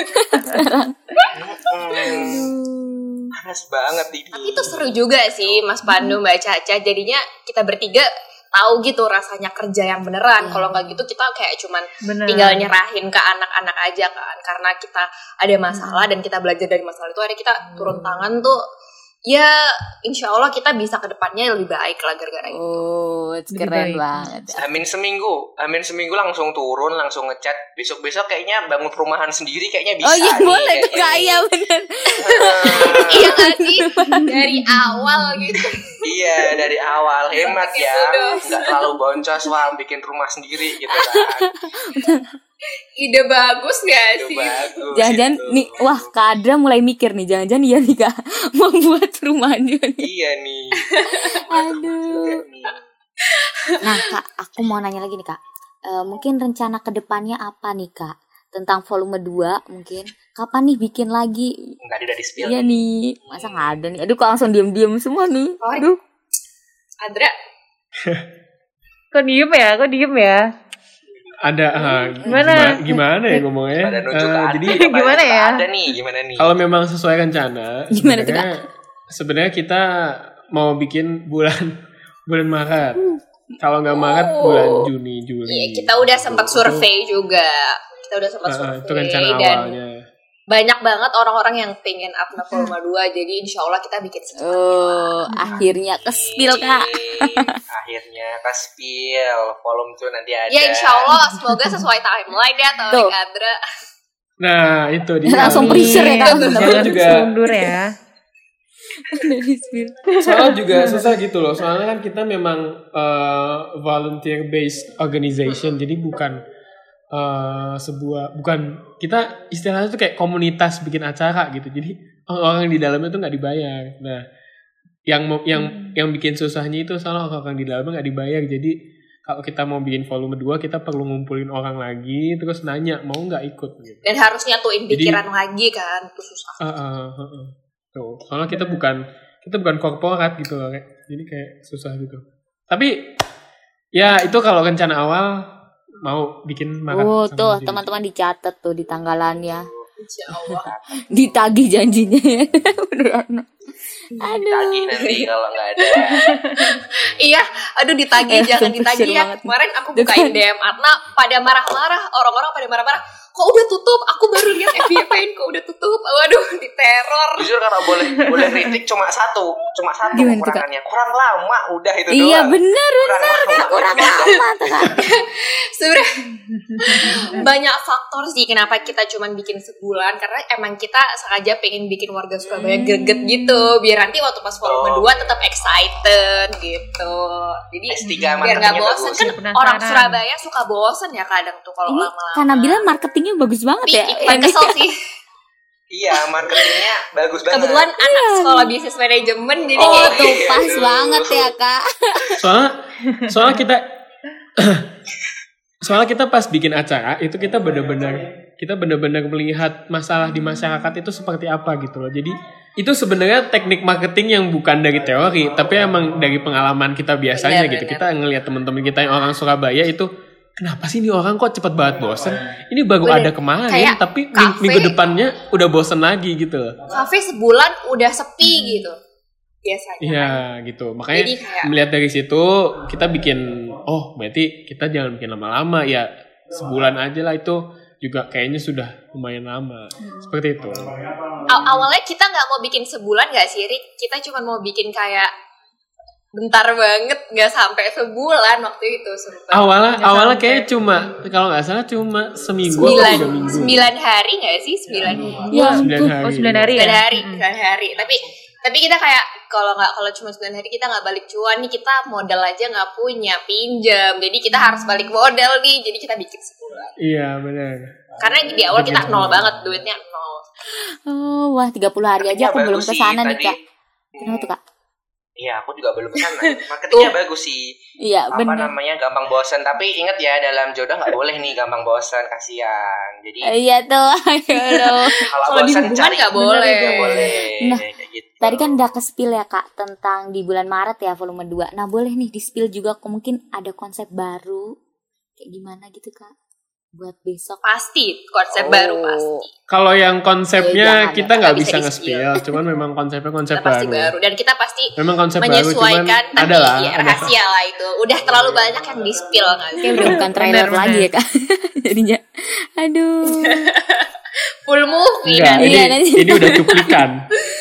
hmm, panas banget ini. Tapi itu seru juga sih Mas Pandu, Mbak Caca. Jadinya kita bertiga tahu gitu rasanya kerja yang beneran. Hmm. Kalau nggak gitu kita kayak cuman Bener. tinggal nyerahin ke anak-anak aja kan. Karena kita ada masalah hmm. dan kita belajar dari masalah itu, akhirnya kita turun tangan tuh. Ya insya Allah kita bisa ke depannya lebih baik lah gara-gara itu. Oh, keren banget. Amin seminggu, amin seminggu langsung turun, langsung ngecat. Besok-besok kayaknya bangun perumahan sendiri kayaknya bisa. Oh iya nih, boleh tuh Kak, iya bener. Iya gak sih? Dari awal gitu. Iya dari awal, hemat ya. Gak terlalu boncos, wah bikin rumah sendiri gitu kan. Ide bagus gak sih? Bagus, jangan-jangan gitu. nih, wah Kak Adra mulai mikir nih, jangan-jangan iya nih Kak mau buat perumahan juga nih. Iya nih. Aduh. Nah Kak, aku mau nanya lagi nih Kak, e, mungkin rencana kedepannya apa nih Kak? Tentang volume dua mungkin, kapan nih bikin lagi? Enggak ada dari spill. Iya nih, masa gak ada nih? Aduh kok langsung diem-diem semua nih. Aduh. Adra. Kok diem ya? Kok diem ya? Ada uh, gimana? gimana gimana ya ngomongnya? Uh, jadi gimana ya? Ada nih, gimana nih? Kalau memang sesuai rencana, gimana tuh Kak? Sebenarnya kita mau bikin bulan bulan Maret. Kalau nggak Maret bulan Juni, Juli. Iya, kita udah sempat survei juga. Kita udah sempat uh, survei itu rencana dan awalnya. Banyak banget orang-orang yang pengen Atna volume dua, jadi insya Allah kita bikin secepatnya. Oh, akhirnya kespil Kak. Akhirnya kespil, volume tuh nanti ada. Ya insya Allah, semoga sesuai timeline ya Torik Adra. Nah itu dia. Langsung pressure ya Kak. Soalnya juga mundur ya. Soalnya juga susah gitu loh. Soalnya kan kita memang uh, volunteer based organization, jadi bukan Uh, sebuah bukan kita istilahnya tuh kayak komunitas bikin acara gitu, jadi orang-orang di dalamnya tuh nggak dibayar. Nah yang yang hmm. yang bikin susahnya itu soalnya orang-orang di dalamnya nggak dibayar. Jadi kalau kita mau bikin volume dua kita perlu ngumpulin orang lagi terus nanya mau nggak ikut gitu. Dan harus nyatuin pikiran Jadi, lagi kan, itu susah. Uh, uh, uh, uh. Tuh, soalnya kita bukan kita bukan korporat gitu loh, kayak jadi kayak susah gitu. Tapi ya itu kalau rencana awal mau bikin makan. Oh tuh teman-teman dicatat tuh di tanggalannya. Insyaallah. Ditagih janjinya ya. Beneran. Aduh. Ditagih nanti kalau nggak ada. Iya, aduh ditagih, eh, jangan ditagih ya. Banget. Kemarin aku bukain D M Atna pada marah-marah, orang-orang pada marah-marah. Kok udah tutup? Aku baru lihat F Y P-in kok udah tutup. Waduh, diteror. Jujur kalau boleh boleh kritik cuma satu, cuma satu Gimana kekurangannya. Kurang lama, udah itu doang. Iya benar, benar, kurang, kurang lama. Sebenarnya banyak faktor sih kenapa kita cuma bikin sebulan, karena emang kita sengaja pengen bikin warga Surabaya greget gitu, biar nanti waktu pas volume oh. dua tetap excited gitu. Jadi S tiga biar nggak bosen kan penasaran. Orang Surabaya suka bosen ya kadang tuh kalau lama-lama. Karena bilang marketingnya bagus banget ya. Iklan kesel sih. Iya, marketingnya bagus banget. Kebetulan iya. anak sekolah bisnis manajemen jadi oh, kayak tuh pas gitu. Banget ya kak. Soalnya soalnya kita soalnya kita pas bikin acara itu kita benar-benar kita benar-benar melihat masalah di masyarakat itu seperti apa gitu loh. Jadi itu sebenarnya teknik marketing yang bukan dari teori, tapi emang dari pengalaman kita biasanya bener, gitu. Bener. Kita ngelihat teman-teman kita yang orang Surabaya itu, kenapa sih ini orang kok cepet banget bosen? Ini baru bener. Ada kemarin, kayak tapi kafe, minggu depannya udah bosen lagi gitu. Kafe sebulan udah sepi gitu biasanya. Iya kan? Gitu. Makanya kayak, melihat dari situ kita bikin, oh berarti kita jangan bikin lama-lama ya, sebulan aja lah itu. Juga kayaknya sudah lumayan lama. Hmm. Seperti itu. Aw- awalnya kita gak mau bikin sebulan gak sih, Rik? Kita cuma mau bikin kayak bentar banget, gak sampai sebulan waktu itu. Sumpah. Awalnya gak awalnya kayaknya cuma, kalau gak salah cuma seminggu sembilan, atau minggu. Sembilan hari gak sih? Sembilan hmm. hari. Ya, sembilan hari. Oh, sembilan hari. Sembilan hari, sembilan hari. Tapi tapi kita kayak kalau nggak kalau cuma sembilan hari kita nggak balik cuan nih, kita modal aja nggak punya, pinjam, jadi kita harus balik modal nih, jadi kita bikin sebulan. Iya benar. Karena di awal kita nol banget, duitnya nol. Oh wah, tiga puluh hari aja aku belum kesana nih kak. Kenapa tuh kak? Iya, aku juga belum kesana. Marketingnya bagus sih. Iya, apa bener. namanya gampang bosan. Tapi ingat ya, dalam jodoh nggak boleh nih gampang bosan, kasihan. Jadi. Uh, iya tuh, ayo kalau bosan cari nggak boleh. Gak boleh. Nah, gitu. Tadi kan udah ke-spill ya kak tentang di bulan Maret ya volume dua. Nah boleh nih di-spill juga mungkin ada konsep baru kayak gimana gitu kak buat besok. Pasti konsep oh. baru pasti. Kalau yang konsepnya eh, kita nggak bisa, bisa nge-spill, cuman memang konsepnya konsep pasti baru. baru. Dan kita pasti memang konsep menyesuaikan, baru, cuman ada lah, ya, rahasia lah itu. Udah terlalu banyak yang di-spill kan. Kayak udah bukan trailer lagi ya kak. Jadinya, aduh. Full movie Enggak, nanti. Ini, iya, nanti. ini udah cuplikan.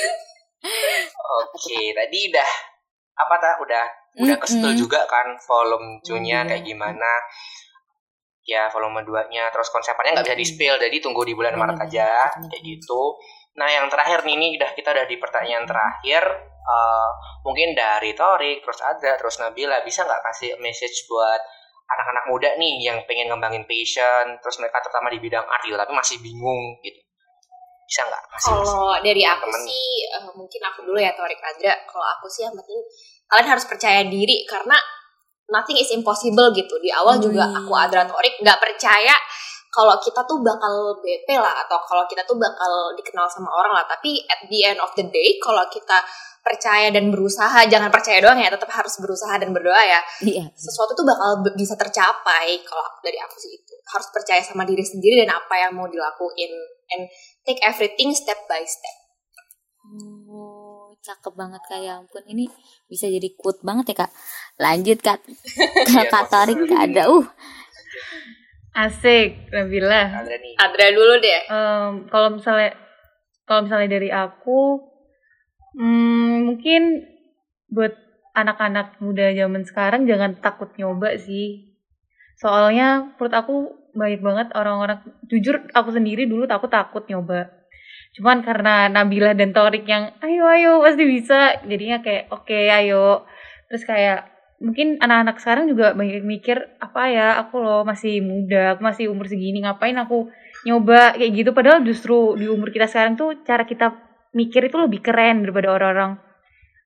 Oke, tadi udah apa tak udah mm-hmm. udah ke-spill juga kan volume two-nya mm-hmm. kayak gimana. Ya volume dua-nya terus konsepnya nggak bisa di-spill, jadi tunggu di bulan Maret aja kayak gitu. Nah, yang terakhir nih, nih udah kita udah di pertanyaan terakhir, uh, mungkin dari Torik, terus ada, terus Nabila, bisa nggak kasih message buat anak-anak muda nih yang pengen ngembangin passion, terus mereka terutama di bidang art gitu, tapi masih bingung gitu. Bisa nggak? Kalau dari aku temen. sih, uh, mungkin aku dulu ya Torik Adra. Kalau aku sih yang penting kalian harus percaya diri, karena nothing is impossible gitu. Di awal hmm. juga aku Adra Torik nggak percaya kalau kita tuh bakal B P lah, atau kalau kita tuh bakal dikenal sama orang lah. Tapi at the end of the day, kalau kita percaya dan berusaha, jangan percaya doang ya, tetap harus berusaha dan berdoa ya. Iya. Sesuatu tuh bakal bisa tercapai. Kalau dari aku sih itu, harus percaya sama diri sendiri dan apa yang mau dilakuin, and take everything step by step. Oh, cakep banget kak, ya ampun, ini bisa jadi quote banget ya kak. Lanjut kak, kak Torik ada uh. Asik, Nabila. Adra nih. Adra dulu deh. Um, kalau misalnya, kalau misalnya dari aku, hmm, mungkin buat anak-anak muda zaman sekarang jangan takut nyoba sih. Soalnya menurut aku banyak banget orang-orang, jujur aku sendiri dulu aku takut nyoba. Cuman karena Nabila dan Torik yang ayo ayo pasti bisa, jadinya kayak oke okay, ayo. Terus kayak mungkin anak-anak sekarang juga banyak mikir, apa ya, aku loh masih muda, aku masih umur segini, ngapain aku nyoba kayak gitu. Padahal justru di umur kita sekarang tuh cara kita mikir itu lebih keren daripada orang-orang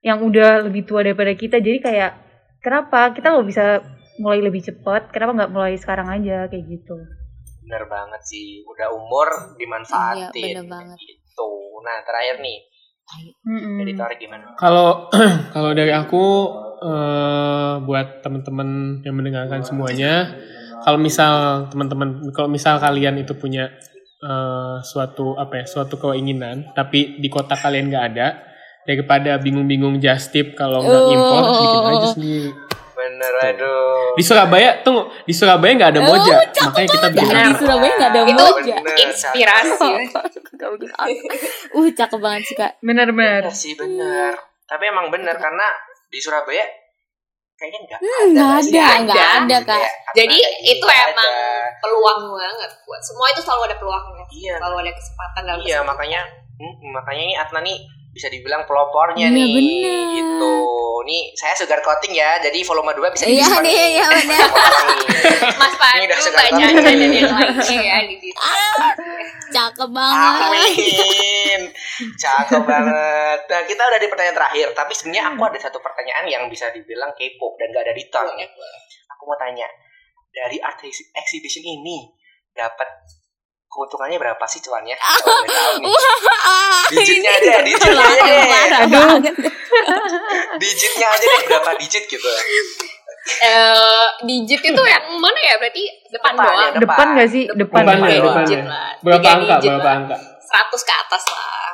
yang udah lebih tua daripada kita. Jadi kayak kenapa kita nggak bisa mulai lebih cepat? Kenapa nggak mulai sekarang aja kayak gitu? Bener banget sih, udah umur dimanfaatin. Iya, bener banget. Gitu. Nah terakhir nih, Mm-mm. dari Torik gimana? Kalau kalau dari aku eh, buat teman-teman yang mendengarkan semuanya, kalau misal teman-teman, kalau misal kalian itu punya eh, suatu apa ya, suatu keinginan, tapi di kota kalian nggak ada, daripada bingung-bingung just tip kalau nggak impor, bikin aja sendiri. Bener, aduh. Di Surabaya tuh, di Surabaya nggak ada moja, makanya kita bikin. Di Surabaya nggak ada Itu moja. inspirasi. Uh, cakep banget sih Kak. Benar-benar. Bener sih, bener. Tapi emang bener, karena di Surabaya kayaknya nggak Hmm, ada. nggak sih. ada, nggak ada, Kak. Kayak Jadi Atna kayak itu gini nggak emang ada. peluang banget buat semua, itu selalu ada peluangnya. Iya. Selalu ada kesempatan dalam Iya, kesempatan. makanya hmm, makanya ini Atna nih bisa dibilang pelopornya Iya, nih. bener. Gitu. Nih saya sugar coating ya. Jadi volume dua bisa Iya didiskon nih, iya benar. Mas Pandu, Ini udah Mbak sekarang. Caca dan yang lainnya ya di situ. Cakep banget. Amin. Cakep banget. Nah, kita udah di pertanyaan terakhir, tapi sebenarnya aku ada satu pertanyaan yang bisa dibilang kepo dan gak ada return nih. Aku mau tanya, dari art exhibition ini dapat keuntungannya berapa sih cuannya? Kalau boleh tahu nih. Digitnya aja, digitnya aja deh. Aduh. Digitnya aja deh, berapa digit gitu. Eh, digit itu yang mana ya? Berarti depan Depan, doang. ya, depan. Depan nggak sih? Depan. Depan Depan ya, doang. depan Digit ya. lah. Berapa Tiga angka? digit Berapa lah. angka? seratus ke atas lah.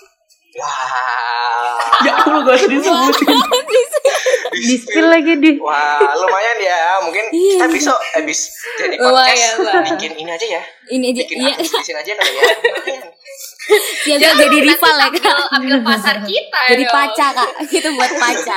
Wah. Ya Allah, gak usah disebutin. Di-spill lagi di. Wah, lumayan ya. Mungkin Iya. kita besok habis jadi Lumayan podcast lah. bikin ini aja ya. Ini aja, Bikin iya. art exhibition aja kali ya. Lumayan. Siap Jangan jadi nanti rival ya ambil, Kak. ambil pasar kita. Jadi dong. paca Kak. Kita buat paca.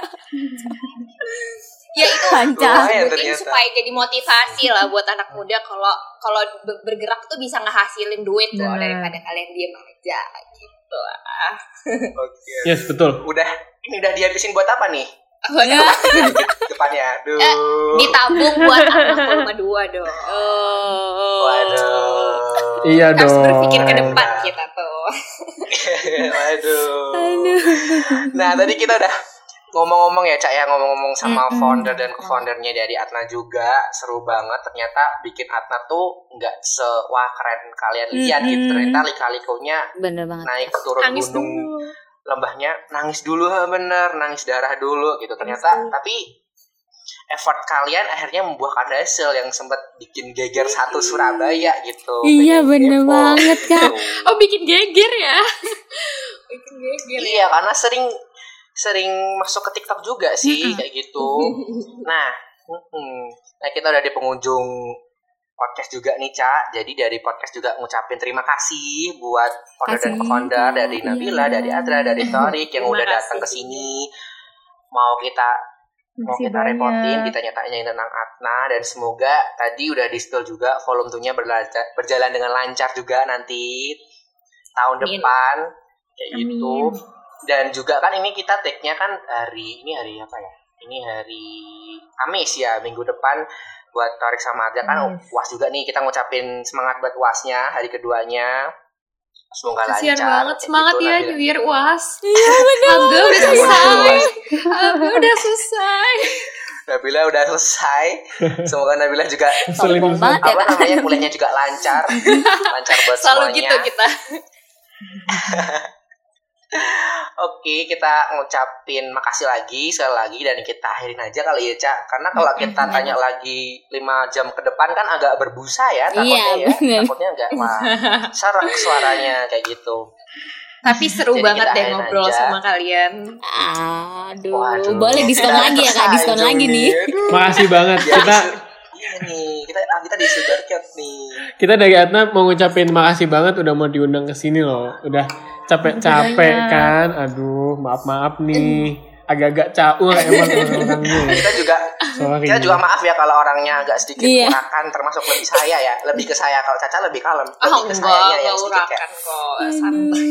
Ya itu Panca. Lumayan mungkin ternyata. supaya jadi motivasi lah buat anak muda kalau kalau be- bergerak tuh bisa ngehasilin duit loh Bener. daripada kalian diem aja gitu lah. Oke. Yes, betul. Udah, ini udah dihabisin buat apa nih? Ya, Depannya. Duh. Eh, ditabung buat anak volume dua dong. Waduh. Iya Harus dong. berpikir ke depan kita tuh. Waduh. Nah, tadi kita udah ngomong-ngomong ya, Cak ya, ngomong-ngomong sama Mm-mm. founder dan co-foundernya dari Atna juga. Seru banget, ternyata bikin Atna tuh nggak sewah keren kalian lihat gitu. Mm-mm. Ternyata lika-likunya Bener banget. naik turun Nangis gunung, dulu. lembahnya nangis dulu, ha, bener, nangis darah dulu gitu. Ternyata, tapi effort kalian akhirnya membuahkan hasil yang sempat bikin geger satu Surabaya gitu. Iya, Bikin bener heboh, banget, Kak. gitu. Oh bikin geger ya? Bikin geger ya? Iya, karena sering sering masuk ke TikTok juga sih kayak gitu. Nah, mm-mm. nah kita udah di penghujung podcast juga nih, Ca. Jadi dari podcast juga ngucapin terima kasih buat founder dan Kasih, co-founder Kak. dari Nabila, Iya. dari Adra, dari Torik yang Terima udah kasih. datang ke sini. Mau kita mau Makasih kita repotin, banyak. ditanya-tanyain tentang Atna, dan semoga tadi udah di-spill juga volume two-nya berlancar- berjalan dengan lancar juga nanti tahun Amin. depan kayak Amin. gitu. Dan juga kan ini kita take-nya kan hari ini hari apa ya? Ini hari Kamis ya, minggu depan buat Torik sama Adra kan Yes. U A S juga nih. Kita ngucapin semangat buat U A S-nya hari keduanya. Semoga Kasian lancar. banget, kayak semangat gitu, ya Nabila. New Year U A S. Iya bener. Alga udah selesai. Alga udah selesai. Nabila udah selesai. Semoga Nabila juga Ngeselin Sombong banget. banget ya apa Kak. namanya kuliahnya juga lancar. Lancar buat Selalu semuanya. gitu kita. Oke, kita ngucapin makasih lagi sekali lagi dan kita akhirin aja kali ya, Cak. Karena kalau kita tanya lagi lima jam ke depan kan agak berbusa ya takutnya Iya, ya. bener. Takutnya enggak wah, serak suaranya kayak gitu. Tapi seru Jadi banget kita deh akhirin ngobrol aja. sama kalian. Aduh, Waduh. boleh diskon Kita lagi ya Kak, diskon tersanjung lagi nih. Aduh. Makasih banget. Ya, Kita disu- iya nih, kita ah, kita di Sugar Cat nih. kita dari Atna mau ngucapin makasih banget udah mau diundang ke sini loh. Udah capek-capek kan. Aduh, maaf-maaf nih. Agak-agak caur emang orang-orangnya. Kita juga Sorry. kita juga maaf ya kalau orangnya agak sedikit Iya. urakan, termasuk lebih saya ya, lebih ke saya. Kalau Caca lebih kalem, Oh lebih ke enggak, sayanya enggak yang sedikit kayak. urakan kok. Santai.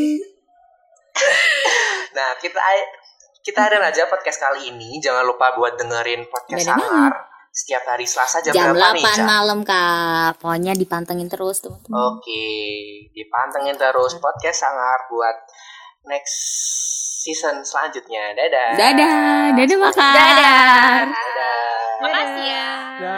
Nah, kita kita ada aja podcast kali ini. Jangan lupa buat dengerin podcast Bener Sangar setiap hari Selasa jam, Jam berapa nih, delapan Ca? malam Kak. Pokoknya dipantengin terus teman-teman. Oke, dipantengin terus podcast Sangar buat next season selanjutnya. Dadah. Dadah, dadah Makar. Dadah. Dadah. Makasih ya.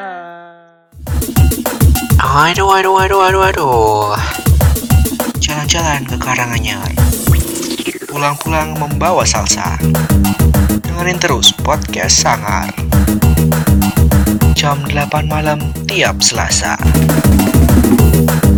Aduh, aduh, aduh, aduh, aduh. Jalan-jalan ke Karanganyar. Pulang-pulang membawa salsa. Dengerin terus podcast Sangar. Jam delapan malam tiap Selasa.